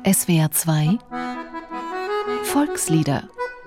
SWR 2 Volkslieder.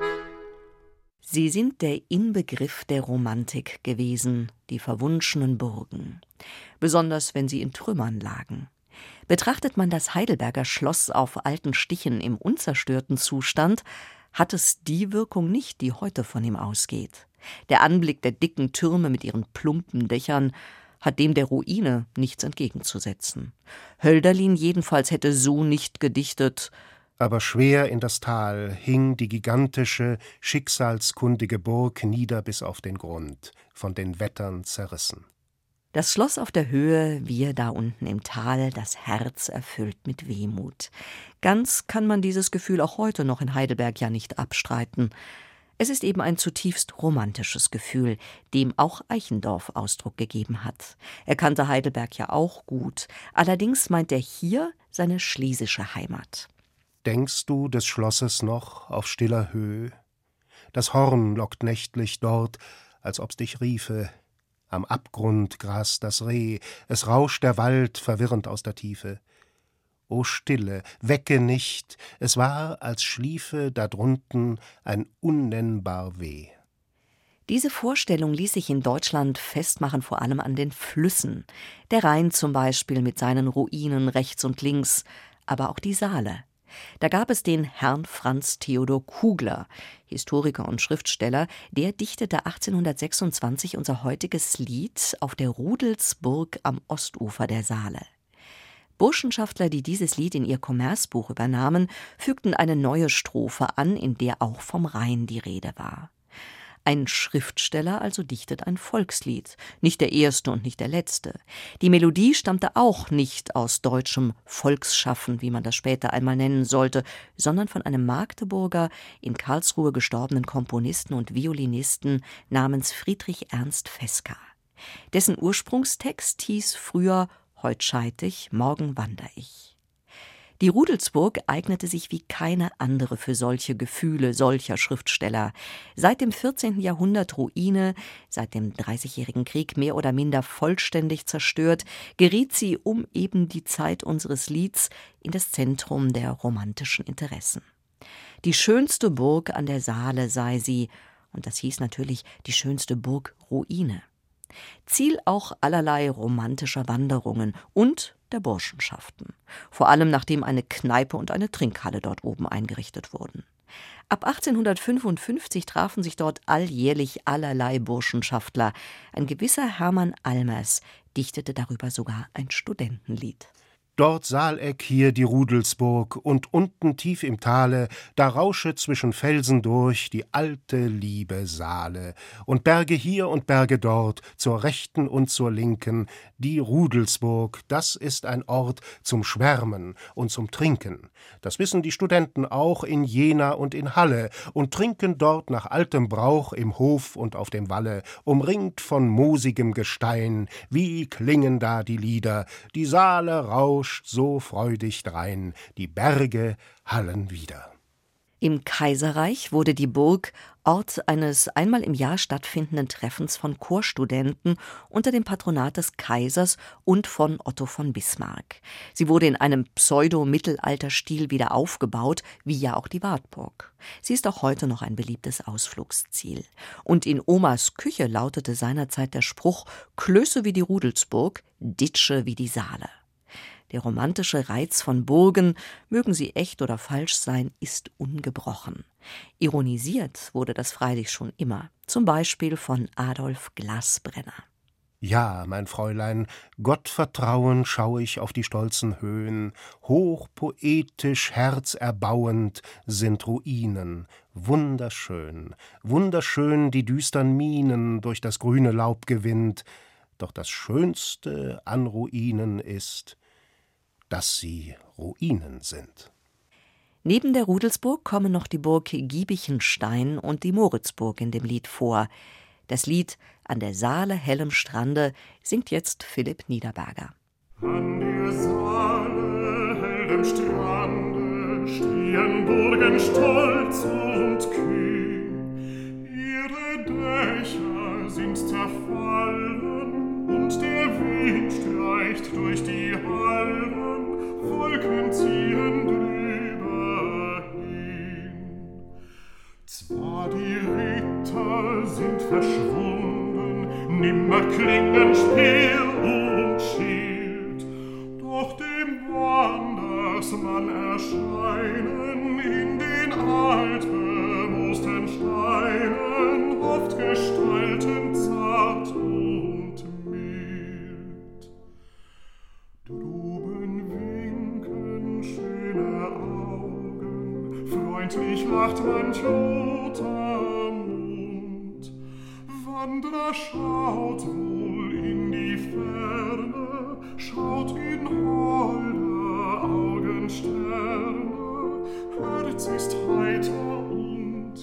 Sie sind der Inbegriff der Romantik gewesen, die verwunschenen Burgen. Besonders wenn sie in Trümmern lagen. Betrachtet man das Heidelberger Schloss auf alten Stichen im unzerstörten Zustand, hat es die Wirkung nicht, die heute von ihm ausgeht. Der Anblick der dicken Türme mit ihren plumpen Dächern hat dem der Ruine nichts entgegenzusetzen. Hölderlin jedenfalls hätte so nicht gedichtet: Aber schwer in das Tal hing die gigantische, schicksalskundige Burg nieder bis auf den Grund, von den Wettern zerrissen. Das Schloss auf der Höhe, wir da unten im Tal, das Herz erfüllt mit Wehmut. Ganz kann man dieses Gefühl auch heute noch in Heidelberg ja nicht abstreiten. Es ist eben ein zutiefst romantisches Gefühl, dem auch Eichendorff Ausdruck gegeben hat. Er kannte Heidelberg ja auch gut, allerdings meint er hier seine schlesische Heimat. Denkst du des Schlosses noch auf stiller Höhe? Das Horn lockt nächtlich dort, als ob's dich riefe. Am Abgrund grast das Reh, es rauscht der Wald verwirrend aus der Tiefe. O Stille, wecke nicht, es war, als schliefe da drunten ein unnennbar Weh. Diese Vorstellung ließ sich in Deutschland festmachen, vor allem an den Flüssen. Der Rhein zum Beispiel mit seinen Ruinen rechts und links, aber auch die Saale. Da gab es den Herrn Franz Theodor Kugler, Historiker und Schriftsteller, der dichtete 1826 unser heutiges Lied auf der Rudelsburg am Ostufer der Saale. Burschenschaftler, die dieses Lied in ihr Kommerzbuch übernahmen, fügten eine neue Strophe an, in der auch vom Rhein die Rede war. Ein Schriftsteller also dichtet ein Volkslied, nicht der erste und nicht der letzte. Die Melodie stammte auch nicht aus deutschem Volksschaffen, wie man das später einmal nennen sollte, sondern von einem Magdeburger, in Karlsruhe gestorbenen Komponisten und Violinisten namens Friedrich Ernst Feska. Dessen Ursprungstext hieß früher: Heut scheit ich, morgen wander ich. Die Rudelsburg eignete sich wie keine andere für solche Gefühle solcher Schriftsteller. Seit dem 14. Jahrhundert Ruine, seit dem Dreißigjährigen Krieg mehr oder minder vollständig zerstört, geriet sie um eben die Zeit unseres Lieds in das Zentrum der romantischen Interessen. Die schönste Burg an der Saale sei sie, und das hieß natürlich die schönste Burgruine. Ziel auch allerlei romantischer Wanderungen und der Burschenschaften, vor allem nachdem eine Kneipe und eine Trinkhalle dort oben eingerichtet wurden. Ab 1855 trafen sich dort alljährlich allerlei Burschenschaftler. Ein gewisser Hermann Almers dichtete darüber sogar ein Studentenlied. Dort Saaleck, hier die Rudelsburg, und unten tief im Tale, da rausche zwischen Felsen durch die alte, liebe Saale. Und Berge hier und Berge dort, zur rechten und zur linken, die Rudelsburg, das ist ein Ort zum Schwärmen und zum Trinken. Das wissen die Studenten auch in Jena und in Halle und trinken dort nach altem Brauch im Hof und auf dem Walle, umringt von moosigem Gestein. Wie klingen da die Lieder, die Saale rauscht so freudig drein, die Berge hallen wieder. Im Kaiserreich wurde die Burg Ort eines einmal im Jahr stattfindenden Treffens von Chorstudenten unter dem Patronat des Kaisers und von Otto von Bismarck. Sie wurde in einem Pseudo-Mittelalter-Stil wieder aufgebaut, wie ja auch die Wartburg. Sie ist auch heute noch ein beliebtes Ausflugsziel. Und in Omas Küche lautete seinerzeit der Spruch: Klöße wie die Rudelsburg, Ditsche wie die Saale. Der romantische Reiz von Burgen, mögen sie echt oder falsch sein, ist ungebrochen. Ironisiert wurde das freilich schon immer, zum Beispiel von Adolf Glasbrenner. Ja, mein Fräulein, Gottvertrauen schau ich auf die stolzen Höhen, hochpoetisch, herzerbauend sind Ruinen, wunderschön, wunderschön die düstern Minen durch das grüne Laub gewinnt, doch das Schönste an Ruinen ist, dass sie Ruinen sind. Neben der Rudelsburg kommen noch die Burg Giebichenstein und die Moritzburg in dem Lied vor. Das Lied »An der Saale hellem Strande« singt jetzt Philipp Niederberger. An der Saale hellem Strande stehen Burgen stolz und kühn. Ihre Dächer sind zerfallen und der Wind streicht durch die Hallen, Wolken ziehen drüber. sind verschwunden, nimmer klingen Speer und Schild. Doch dem Wandersmann erscheinen in den altbemoosten Steinen oft Gestalten zart und mild. Droben winken schöne Augen, freundlich lacht manch roter Mund. Wanderer schaut wohl in die Ferne, schaut in holde Augensterne, Herz ist heiter und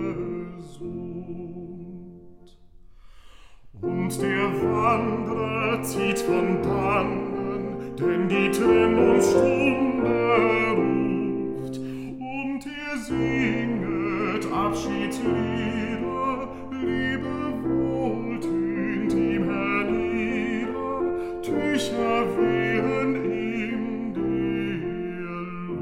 gesund. Und der Wanderer zieht von dannen, denn die Trennungsstunde ruft, und er singet Abschiedslieder, Lebewohl tönt ihm hernieder, Tücher wehen in der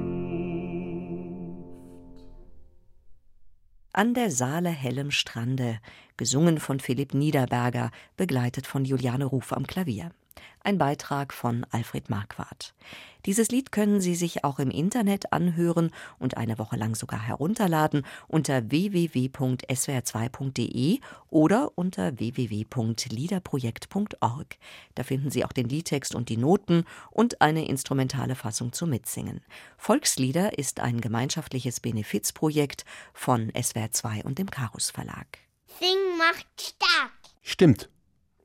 Luft. An der Saale hellem Strande, gesungen von Philipp Niederberger, begleitet von Juliane Ruf am Klavier. Ein Beitrag von Alfred Marquardt. Dieses Lied können Sie sich auch im Internet anhören und eine Woche lang sogar herunterladen unter www.swr2.de oder unter www.liederprojekt.org. Da finden Sie auch den Liedtext und die Noten und eine instrumentale Fassung zum Mitsingen. Volkslieder ist ein gemeinschaftliches Benefizprojekt von SWR2 und dem Karus Verlag. Singen macht stark. Stimmt.